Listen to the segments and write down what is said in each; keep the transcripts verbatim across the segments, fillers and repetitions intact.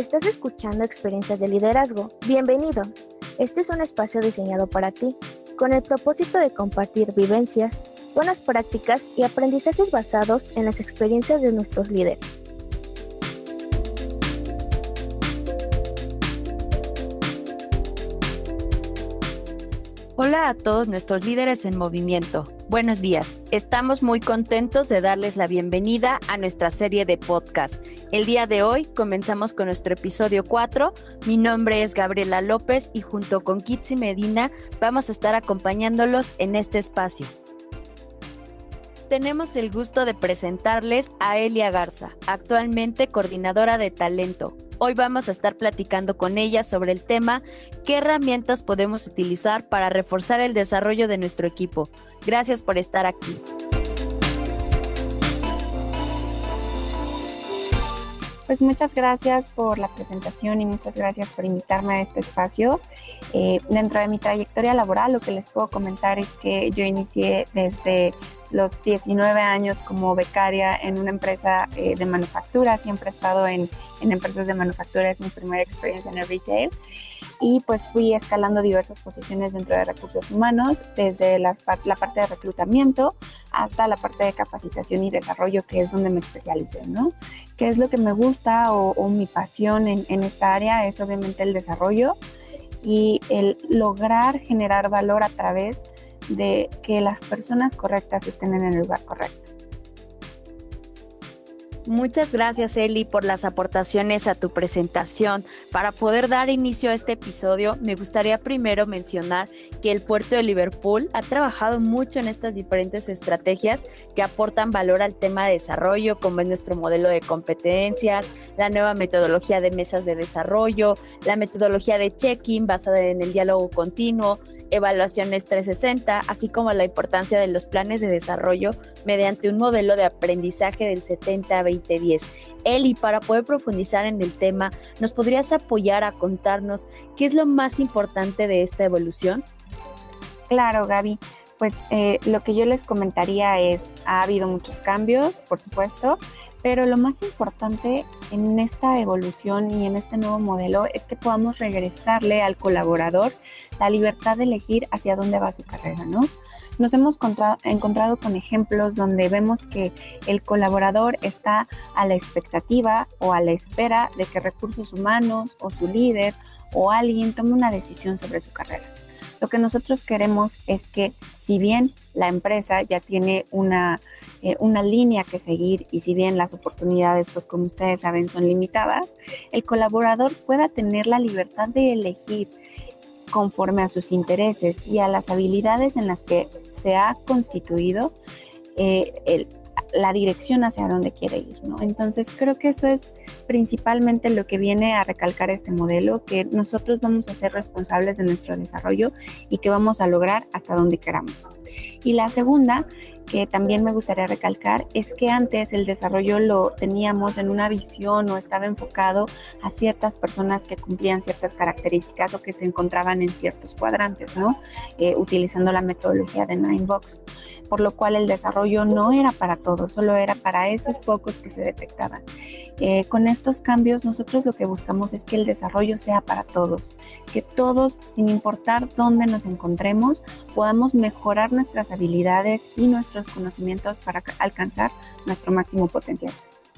Estás escuchando Experiencias de Liderazgo. Bienvenido. Este es un espacio diseñado para ti, con el propósito de compartir vivencias, buenas prácticas y aprendizajes basados en las experiencias de nuestros líderes. Hola a todos nuestros líderes en movimiento. Buenos días. Estamos muy contentos de darles la bienvenida a nuestra serie de podcast. El día de hoy comenzamos con nuestro episodio cuatro. Mi nombre es Gabriela López y junto con Kitsi Medina vamos a estar acompañándolos en este espacio. Tenemos el gusto de presentarles a Elia Garza, actualmente coordinadora de talento. Hoy vamos a estar platicando con ella sobre el tema ¿qué herramientas podemos utilizar para reforzar el desarrollo de nuestro equipo? Gracias por estar aquí. Pues muchas gracias por la presentación y muchas gracias por invitarme a este espacio. Eh, dentro de mi trayectoria laboral, lo que les puedo comentar es que yo inicié desde los diecinueve años como becaria en una empresa eh, de manufactura. Siempre he estado en, en empresas de manufactura, es mi primera experiencia en el retail. Y pues fui escalando diversas posiciones dentro de recursos humanos, desde las, la parte de reclutamiento hasta la parte de capacitación y desarrollo, que es donde me especialicé, ¿no? ¿Qué es lo que me gusta o, o mi pasión en, en esta área? Es obviamente el desarrollo y el lograr generar valor a través de que las personas correctas estén en el lugar correcto. Muchas gracias, Eli, por las aportaciones a tu presentación. Para poder dar inicio a este episodio, me gustaría primero mencionar que el Puerto de Liverpool ha trabajado mucho en estas diferentes estrategias que aportan valor al tema de desarrollo, como es nuestro modelo de competencias, la nueva metodología de mesas de desarrollo, la metodología de check-in basada en el diálogo continuo, evaluaciones trescientos sesenta, así como la importancia de los planes de desarrollo mediante un modelo de aprendizaje del setenta veinte diez. Eli, para poder profundizar en el tema, ¿nos podrías apoyar a contarnos qué es lo más importante de esta evolución? Claro, Gaby. Pues eh, lo que yo les comentaría es, ha habido muchos cambios, por supuesto, pero lo más importante en esta evolución y en este nuevo modelo es que podamos regresarle al colaborador la libertad de elegir hacia dónde va su carrera, ¿no? Nos hemos contra- encontrado con ejemplos donde vemos que el colaborador está a la expectativa o a la espera de que recursos humanos o su líder o alguien tome una decisión sobre su carrera. Lo que nosotros queremos es que, si bien la empresa ya tiene una, eh, una línea que seguir y si bien las oportunidades, pues como ustedes saben, son limitadas, el colaborador pueda tener la libertad de elegir conforme a sus intereses y a las habilidades en las que se ha constituido eh, el, la dirección hacia donde quiere ir, ¿no? Entonces creo que eso es principalmente lo que viene a recalcar este modelo, que nosotros vamos a ser responsables de nuestro desarrollo y que vamos a lograr hasta donde queramos. Y la segunda, que también me gustaría recalcar, es que antes el desarrollo lo teníamos en una visión o estaba enfocado a ciertas personas que cumplían ciertas características o que se encontraban en ciertos cuadrantes, ¿no? Eh, utilizando la metodología de Nine Box, por lo cual el desarrollo no era para todos, solo era para esos pocos que se detectaban. Eh, con estos cambios nosotros lo que buscamos es que el desarrollo sea para todos, que todos, sin importar dónde nos encontremos, podamos mejorar nuestras habilidades y nuestros conocimientos para alcanzar nuestro máximo potencial.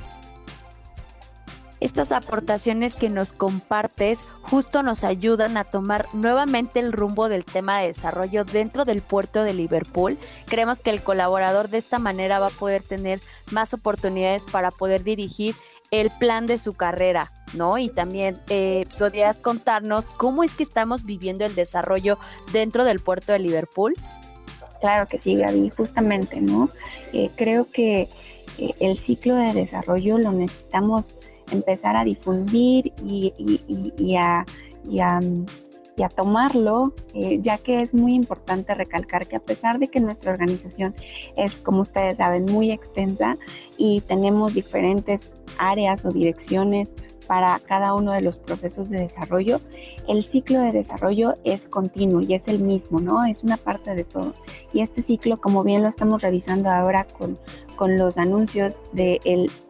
Estas aportaciones que nos compartes justo nos ayudan a tomar nuevamente el rumbo del tema de desarrollo dentro del puerto de Liverpool. Creemos que el colaborador de esta manera va a poder tener más oportunidades para poder dirigir el plan de su carrera, ¿no? Y también eh, podrías contarnos cómo es que estamos viviendo el desarrollo dentro del puerto de Liverpool. Claro que sí, Gaby, justamente, ¿no? Eh, creo que eh, el ciclo de desarrollo lo necesitamos empezar a difundir y, y, y, y, a, y, a, y a tomarlo, eh, ya que es muy importante recalcar que a pesar de que nuestra organización es, como ustedes saben, muy extensa y tenemos diferentes áreas o direcciones para cada uno de los procesos de desarrollo, el ciclo de desarrollo es continuo y es el mismo, ¿no? Es una parte de todo. Y este ciclo, como bien lo estamos revisando ahora con, con los anuncios del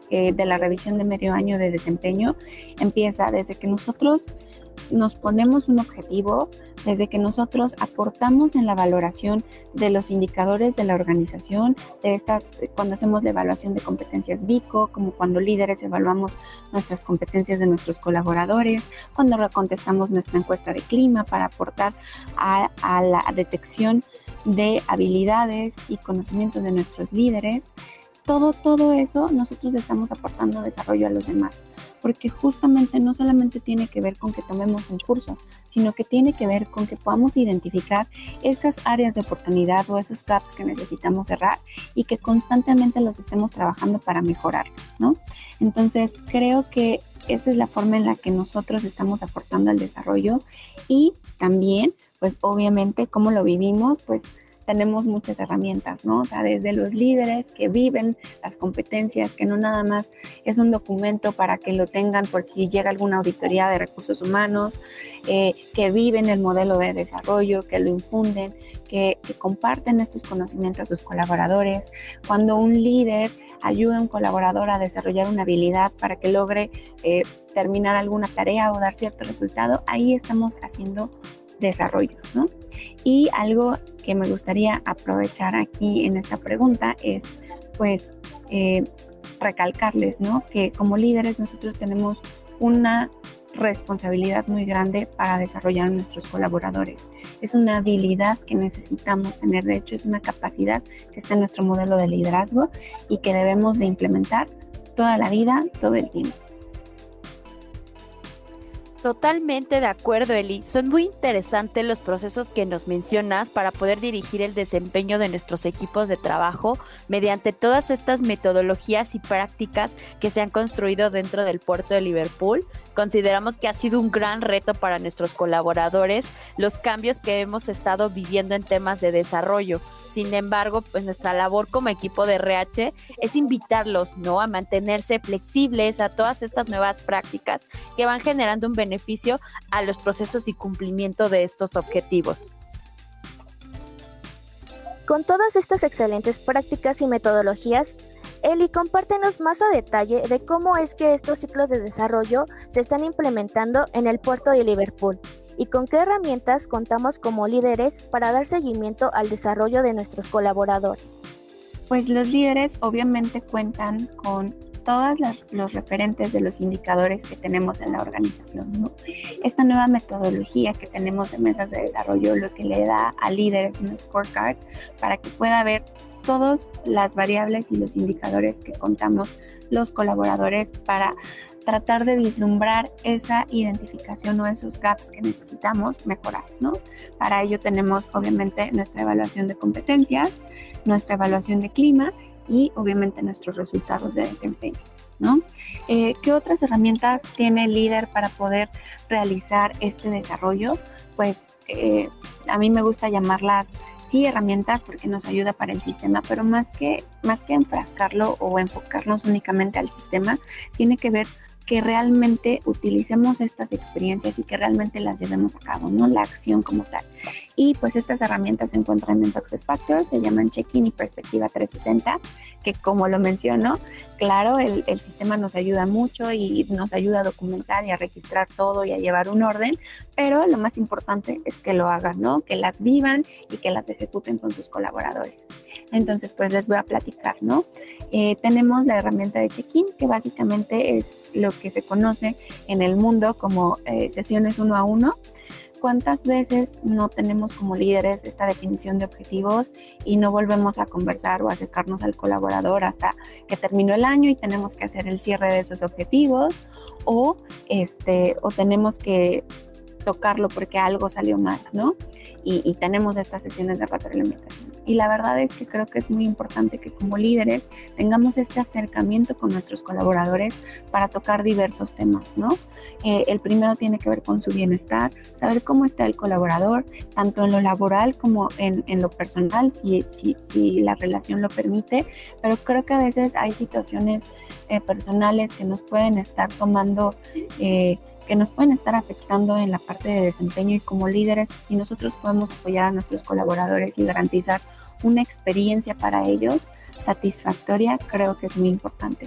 eh, de la revisión de medio año de desempeño empieza desde que nosotros nos ponemos un objetivo, desde que nosotros aportamos en la valoración de los indicadores de la organización, de estas, cuando hacemos la evaluación de competencias Vico, como cuando líderes evaluamos nuestras competencias de nuestros colaboradores, cuando contestamos nuestra encuesta de clima para aportar a, a la detección de habilidades y conocimientos de nuestros líderes. Todo, todo eso nosotros estamos aportando desarrollo a los demás, porque justamente no solamente tiene que ver con que tomemos un curso, sino que tiene que ver con que podamos identificar esas áreas de oportunidad o esos gaps que necesitamos cerrar y que constantemente los estemos trabajando para mejorarlos, ¿no? Entonces, creo que esa es la forma en la que nosotros estamos aportando al desarrollo y también, pues obviamente, cómo lo vivimos, pues tenemos muchas herramientas, ¿no? O sea, desde los líderes que viven las competencias, que no nada más es un documento para que lo tengan por si llega alguna auditoría de recursos humanos, eh, que viven el modelo de desarrollo, que lo infunden, que, que comparten estos conocimientos a sus colaboradores. Cuando un líder ayuda a un colaborador a desarrollar una habilidad para que logre eh, terminar alguna tarea o dar cierto resultado, ahí estamos haciendo desarrollo, ¿no? Y algo que me gustaría aprovechar aquí en esta pregunta es, pues, eh, recalcarles, ¿no? Que como líderes nosotros tenemos una responsabilidad muy grande para desarrollar a nuestros colaboradores. Es una habilidad que necesitamos tener, de hecho es una capacidad que está en nuestro modelo de liderazgo y que debemos de implementar toda la vida, todo el tiempo. Totalmente de acuerdo, Eli. Son muy interesantes los procesos que nos mencionas para poder dirigir el desempeño de nuestros equipos de trabajo mediante todas estas metodologías y prácticas que se han construido dentro del puerto de Liverpool. Consideramos que ha sido un gran reto para nuestros colaboradores los cambios que hemos estado viviendo en temas de desarrollo. Sin embargo, pues nuestra labor como equipo de R H es invitarlos, ¿no?, a mantenerse flexibles a todas estas nuevas prácticas que van generando un beneficio a los procesos y cumplimiento de estos objetivos. Con todas estas excelentes prácticas y metodologías, Eli, compártenos más a detalle de cómo es que estos ciclos de desarrollo se están implementando en el puerto de Liverpool y con qué herramientas contamos como líderes para dar seguimiento al desarrollo de nuestros colaboradores. Pues los líderes obviamente cuentan con todos los referentes de los indicadores que tenemos en la organización, ¿no? Esta nueva metodología que tenemos de mesas de desarrollo lo que le da al líder es un scorecard para que pueda ver todas las variables y los indicadores que contamos los colaboradores para tratar de vislumbrar esa identificación o esos gaps que necesitamos mejorar, ¿no? Para ello tenemos obviamente nuestra evaluación de competencias, nuestra evaluación de clima y obviamente nuestros resultados de desempeño, ¿no? Eh, ¿Qué otras herramientas tiene el líder para poder realizar este desarrollo? Pues eh, a mí me gusta llamarlas sí herramientas porque nos ayuda para el sistema, pero más que, más que enfrascarlo o enfocarnos únicamente al sistema, tiene que ver que realmente utilicemos estas experiencias y que realmente las llevemos a cabo, ¿no? La acción como tal. Y pues estas herramientas se encuentran en SuccessFactors, se llaman Check-in y Perspectiva trescientos sesenta, que como lo menciono, claro, el, el sistema nos ayuda mucho y nos ayuda a documentar y a registrar todo y a llevar un orden, pero lo más importante es que lo hagan, ¿no? Que las vivan y que las ejecuten con sus colaboradores. Entonces, pues les voy a platicar, ¿no? Eh, tenemos la herramienta de check-in, que básicamente es lo que se conoce en el mundo como eh, sesiones uno a uno. ¿Cuántas veces no tenemos como líderes esta definición de objetivos y no volvemos a conversar o acercarnos al colaborador hasta que terminó el año y tenemos que hacer el cierre de esos objetivos o, este, o tenemos que tocarlo porque algo salió mal, ¿no? Y, y tenemos estas sesiones de retroalimentación. Y la verdad es que creo que es muy importante que como líderes tengamos este acercamiento con nuestros colaboradores para tocar diversos temas, ¿no? Eh, el primero tiene que ver con su bienestar, saber cómo está el colaborador, tanto en lo laboral como en, en lo personal, si, si, si la relación lo permite, pero creo que a veces hay situaciones eh, personales que nos pueden estar tomando eh, que nos pueden estar afectando en la parte de desempeño y como líderes, si nosotros podemos apoyar a nuestros colaboradores y garantizar una experiencia para ellos satisfactoria, creo que es muy importante.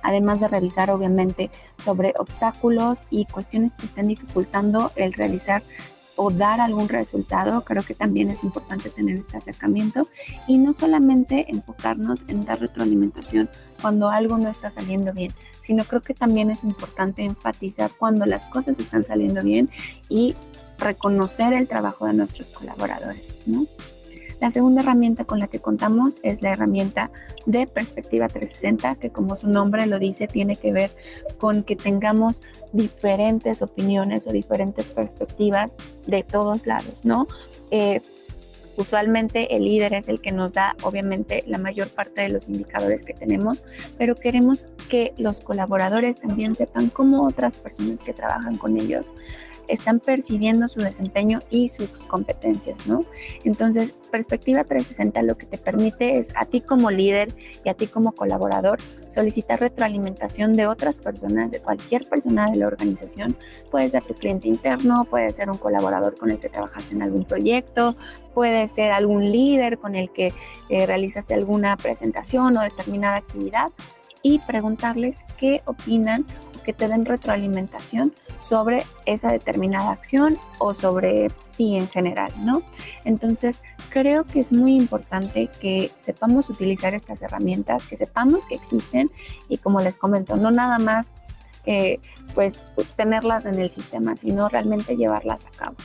además de revisar obviamente sobre obstáculos y cuestiones que estén dificultando el realizar o dar algún resultado. Creo que también es importante tener este acercamiento y no solamente enfocarnos en dar retroalimentación cuando algo no está saliendo bien, sino creo que también es importante enfatizar cuando las cosas están saliendo bien y reconocer el trabajo de nuestros colaboradores, ¿no? La segunda herramienta con la que contamos es la herramienta de Perspectiva trescientos sesenta, que como su nombre lo dice, tiene que ver con que tengamos diferentes opiniones o diferentes perspectivas de todos lados, ¿no? Eh, Usualmente el líder es el que nos da, obviamente, la mayor parte de los indicadores que tenemos, pero queremos que los colaboradores también sepan cómo otras personas que trabajan con ellos están percibiendo su desempeño y sus competencias, ¿no? Entonces, Perspectiva trescientos sesenta lo que te permite es a ti como líder y a ti como colaborador solicitar retroalimentación de otras personas, de cualquier persona de la organización. Puede ser tu cliente interno, puede ser un colaborador con el que trabajaste en algún proyecto, puede ser algún líder con el que eh, realizaste alguna presentación o determinada actividad, y preguntarles qué opinan o que te den retroalimentación sobre esa determinada acción o sobre ti en general, ¿no? Entonces, creo que es muy importante que sepamos utilizar estas herramientas, que sepamos que existen y, como les comento, no nada más eh, pues tenerlas en el sistema, sino realmente llevarlas a cabo.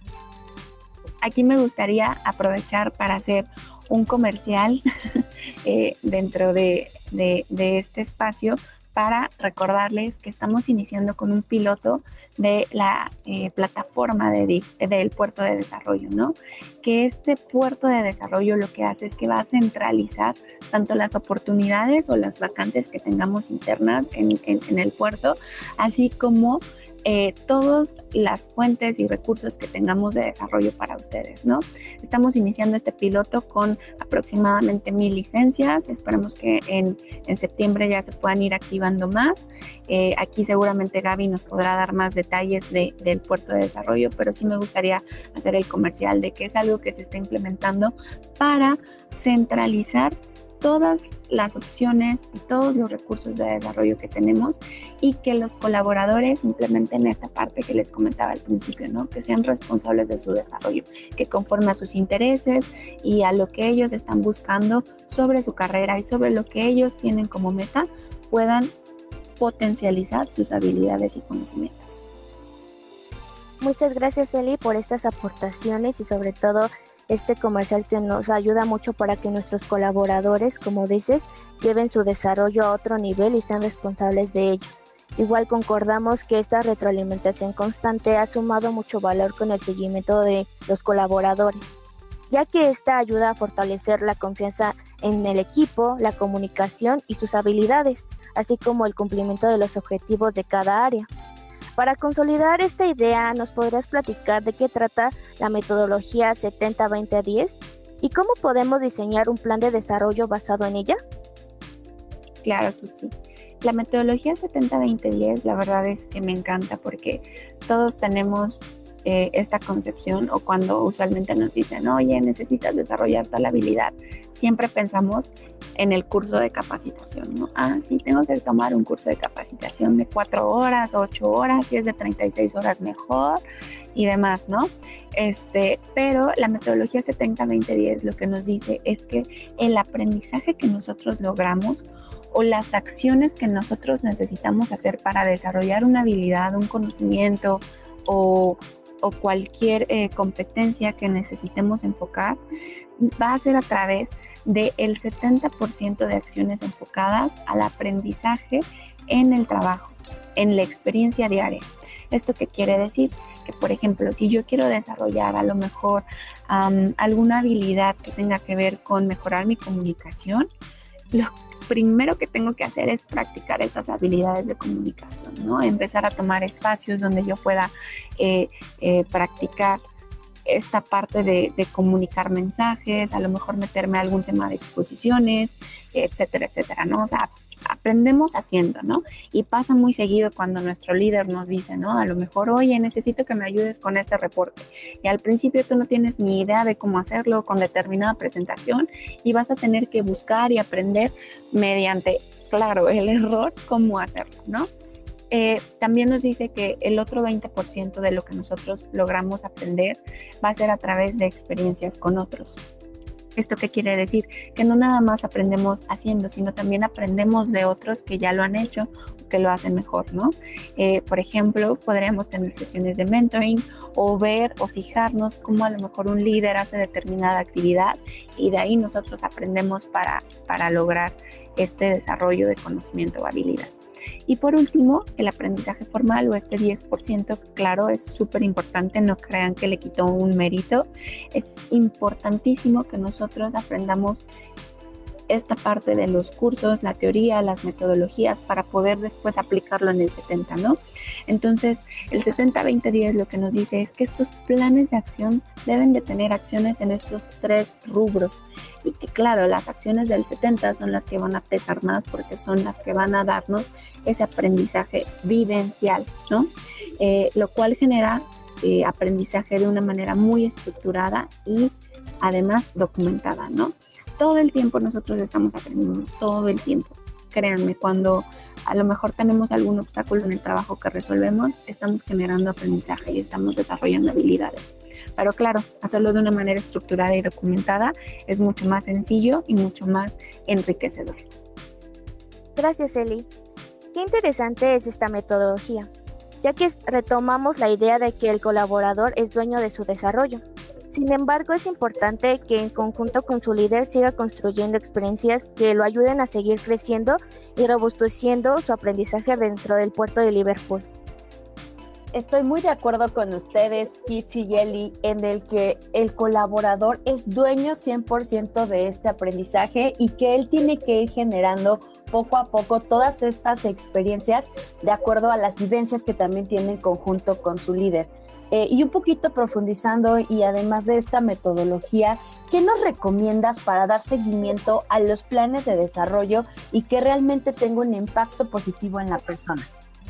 Aquí me gustaría aprovechar para hacer un comercial eh, dentro de, de, de este espacio para recordarles que estamos iniciando con un piloto de la eh, plataforma de, de, del puerto de desarrollo, ¿no? Que este puerto de desarrollo lo que hace es que va a centralizar tanto las oportunidades o las vacantes que tengamos internas en, en, en el puerto, así como Eh, todas las fuentes y recursos que tengamos de desarrollo para ustedes, ¿no? Estamos iniciando este piloto con aproximadamente mil licencias. Esperemos que en, en septiembre ya se puedan ir activando más. Eh, aquí seguramente Gaby nos podrá dar más detalles de, del puerto de desarrollo, pero sí me gustaría hacer el comercial de que es algo que se está implementando para centralizar todas las opciones y todos los recursos de desarrollo que tenemos y que los colaboradores implementen esta parte que les comentaba al principio, ¿no? Que sean responsables de su desarrollo, que conforme a sus intereses y a lo que ellos están buscando sobre su carrera y sobre lo que ellos tienen como meta, puedan potencializar sus habilidades y conocimientos. Muchas gracias, Eli, por estas aportaciones y sobre todo este comercial que nos ayuda mucho para que nuestros colaboradores, como dices, lleven su desarrollo a otro nivel y sean responsables de ello. Igual concordamos que esta retroalimentación constante ha sumado mucho valor con el seguimiento de los colaboradores, ya que esta ayuda a fortalecer la confianza en el equipo, la comunicación y sus habilidades, así como el cumplimiento de los objetivos de cada área. Para consolidar esta idea, ¿nos podrías platicar de qué trata la metodología setenta veinte diez y cómo podemos diseñar un plan de desarrollo basado en ella? Claro que sí. La metodología setenta veinte diez, la verdad es que me encanta porque todos tenemos eh, esta concepción, o cuando usualmente nos dicen, oye, necesitas desarrollar tal habilidad, siempre pensamos en el curso de capacitación, ¿no? Ah, sí, tengo que tomar un curso de capacitación de cuatro horas, ocho horas, si es de treinta y seis horas mejor y demás, ¿no? Este, pero la metodología setenta veinte diez lo que nos dice es que el aprendizaje que nosotros logramos o las acciones que nosotros necesitamos hacer para desarrollar una habilidad, un conocimiento o, o cualquier eh, competencia que necesitemos enfocar, va a ser a través del setenta por ciento de acciones enfocadas al aprendizaje en el trabajo, en la experiencia diaria. ¿Esto qué quiere decir? Que, por ejemplo, si yo quiero desarrollar a lo mejor um, alguna habilidad que tenga que ver con mejorar mi comunicación, lo primero que tengo que hacer es practicar estas habilidades de comunicación, ¿no? Empezar a tomar espacios donde yo pueda eh, eh, practicar esta parte de, de comunicar mensajes, a lo mejor meterme a algún tema de exposiciones, etcétera, etcétera, ¿no? O sea, aprendemos haciendo, ¿no? Y pasa muy seguido cuando nuestro líder nos dice, ¿no? A lo mejor, oye, necesito que me ayudes con este reporte. Y al principio tú no tienes ni idea de cómo hacerlo con determinada presentación y vas a tener que buscar y aprender mediante claro, el error, cómo hacerlo, ¿no? Eh, también nos dice que el otro veinte por ciento de lo que nosotros logramos aprender va a ser a través de experiencias con otros. ¿Esto qué quiere decir? Que no nada más aprendemos haciendo, sino también aprendemos de otros que ya lo han hecho o que lo hacen mejor, ¿no? Eh, por ejemplo, podríamos tener sesiones de mentoring o ver o fijarnos cómo a lo mejor un líder hace determinada actividad y de ahí nosotros aprendemos para, para lograr este desarrollo de conocimiento o habilidad. Y por último, el aprendizaje formal o este diez por ciento, claro, es súper importante, no crean que le quitó un mérito. Es importantísimo que nosotros aprendamos esta parte de los cursos, la teoría, las metodologías para poder después aplicarlo en el setenta, ¿no? Entonces, el setenta veinte diez lo que nos dice es que estos planes de acción deben de tener acciones en estos tres rubros y que, claro, las acciones del setenta son las que van a pesar más porque son las que van a darnos ese aprendizaje vivencial, ¿no? Eh, lo cual genera eh, aprendizaje de una manera muy estructurada y además documentada, ¿no? Todo el tiempo nosotros estamos aprendiendo, todo el tiempo. Créanme, cuando a lo mejor tenemos algún obstáculo en el trabajo que resolvemos, estamos generando aprendizaje y estamos desarrollando habilidades. Pero claro, hacerlo de una manera estructurada y documentada es mucho más sencillo y mucho más enriquecedor. Gracias, Eli. Qué interesante es esta metodología, ya que retomamos la idea de que el colaborador es dueño de su desarrollo. Sin embargo, es importante que en conjunto con su líder siga construyendo experiencias que lo ayuden a seguir creciendo y robusteciendo su aprendizaje dentro del puerto de Liverpool. Estoy muy de acuerdo con ustedes, Kitsi y Eli, en el que el colaborador es dueño cien por ciento de este aprendizaje y que él tiene que ir generando poco a poco todas estas experiencias de acuerdo a las vivencias que también tiene en conjunto con su líder. Eh, y un poquito profundizando y además de esta metodología, ¿qué nos recomiendas para dar seguimiento a los planes de desarrollo y que realmente tenga un impacto positivo en la persona?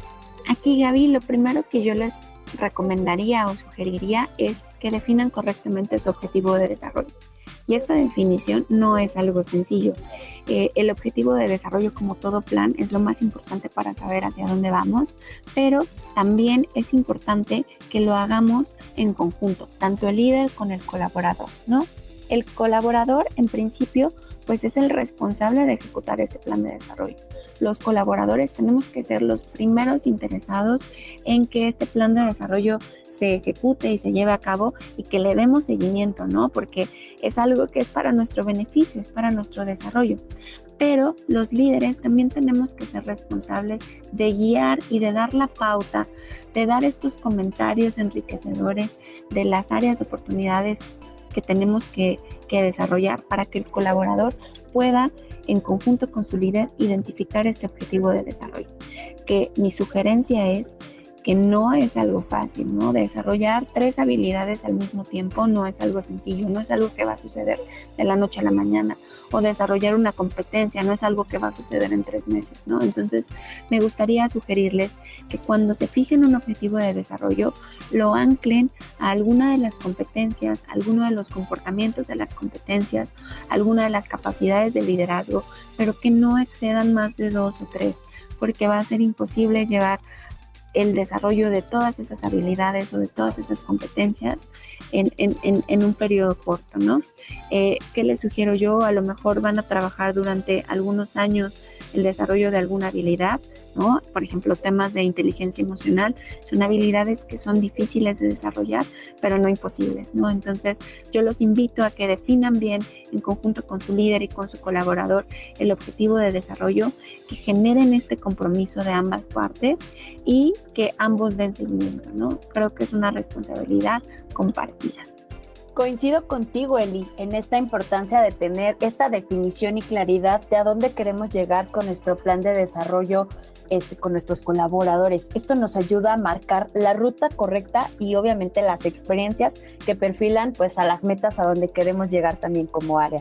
Aquí, Gaby, lo primero que yo les recomendaría o sugeriría es que definan correctamente su objetivo de desarrollo. Y esta definición no es algo sencillo. Eh, el objetivo de desarrollo, como todo plan, es lo más importante para saber hacia dónde vamos, pero también es importante que lo hagamos en conjunto, tanto el líder con el colaborador, ¿no? El colaborador, en principio, pues es el responsable de ejecutar este plan de desarrollo. Los colaboradores tenemos que ser los primeros interesados en que este plan de desarrollo se ejecute y se lleve a cabo y que le demos seguimiento, ¿no? Porque es algo que es para nuestro beneficio, es para nuestro desarrollo. Pero los líderes también tenemos que ser responsables de guiar y de dar la pauta, de dar estos comentarios enriquecedores de las áreas de oportunidades que tenemos que, que desarrollar para que el colaborador pueda, en conjunto con su líder, identificar este objetivo de desarrollo. Que mi sugerencia es que no es algo fácil, ¿no? Desarrollar tres habilidades al mismo tiempo no es algo sencillo, no es algo que va a suceder de la noche a la mañana, o desarrollar una competencia no es algo que va a suceder en tres meses, ¿no? Entonces, me gustaría sugerirles que cuando se fijen un objetivo de desarrollo, lo anclen a alguna de las competencias, a alguno de los comportamientos de las competencias, a alguna de las capacidades de liderazgo, pero que no excedan más de dos o tres, porque va a ser imposible llevar el desarrollo de todas esas habilidades o de todas esas competencias en, en, en, en un periodo corto, ¿no? Eh, ¿Qué les sugiero yo? A lo mejor van a trabajar durante algunos años el desarrollo de alguna habilidad, ¿no? Por ejemplo, temas de inteligencia emocional son habilidades que son difíciles de desarrollar, pero no imposibles, ¿no? Entonces, yo los invito a que definan bien en conjunto con su líder y con su colaborador el objetivo de desarrollo, que generen este compromiso de ambas partes y que ambos den seguimiento, ¿no? Creo que es una responsabilidad compartida. Coincido contigo, Eli, en esta importancia de tener esta definición y claridad de a dónde queremos llegar con nuestro plan de desarrollo este, con nuestros colaboradores. Esto nos ayuda a marcar la ruta correcta y obviamente las experiencias que perfilan pues a las metas a donde queremos llegar también como área.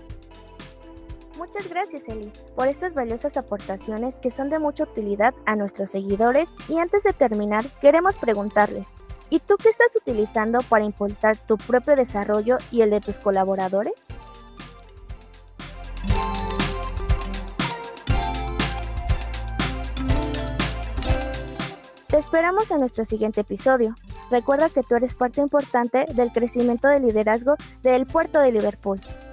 Muchas gracias, Eli, por estas valiosas aportaciones que son de mucha utilidad a nuestros seguidores. Y antes de terminar, queremos preguntarles, ¿y tú qué estás utilizando para impulsar tu propio desarrollo y el de tus colaboradores? Te esperamos en nuestro siguiente episodio. Recuerda que tú eres parte importante del crecimiento de liderazgo del Puerto de Liverpool.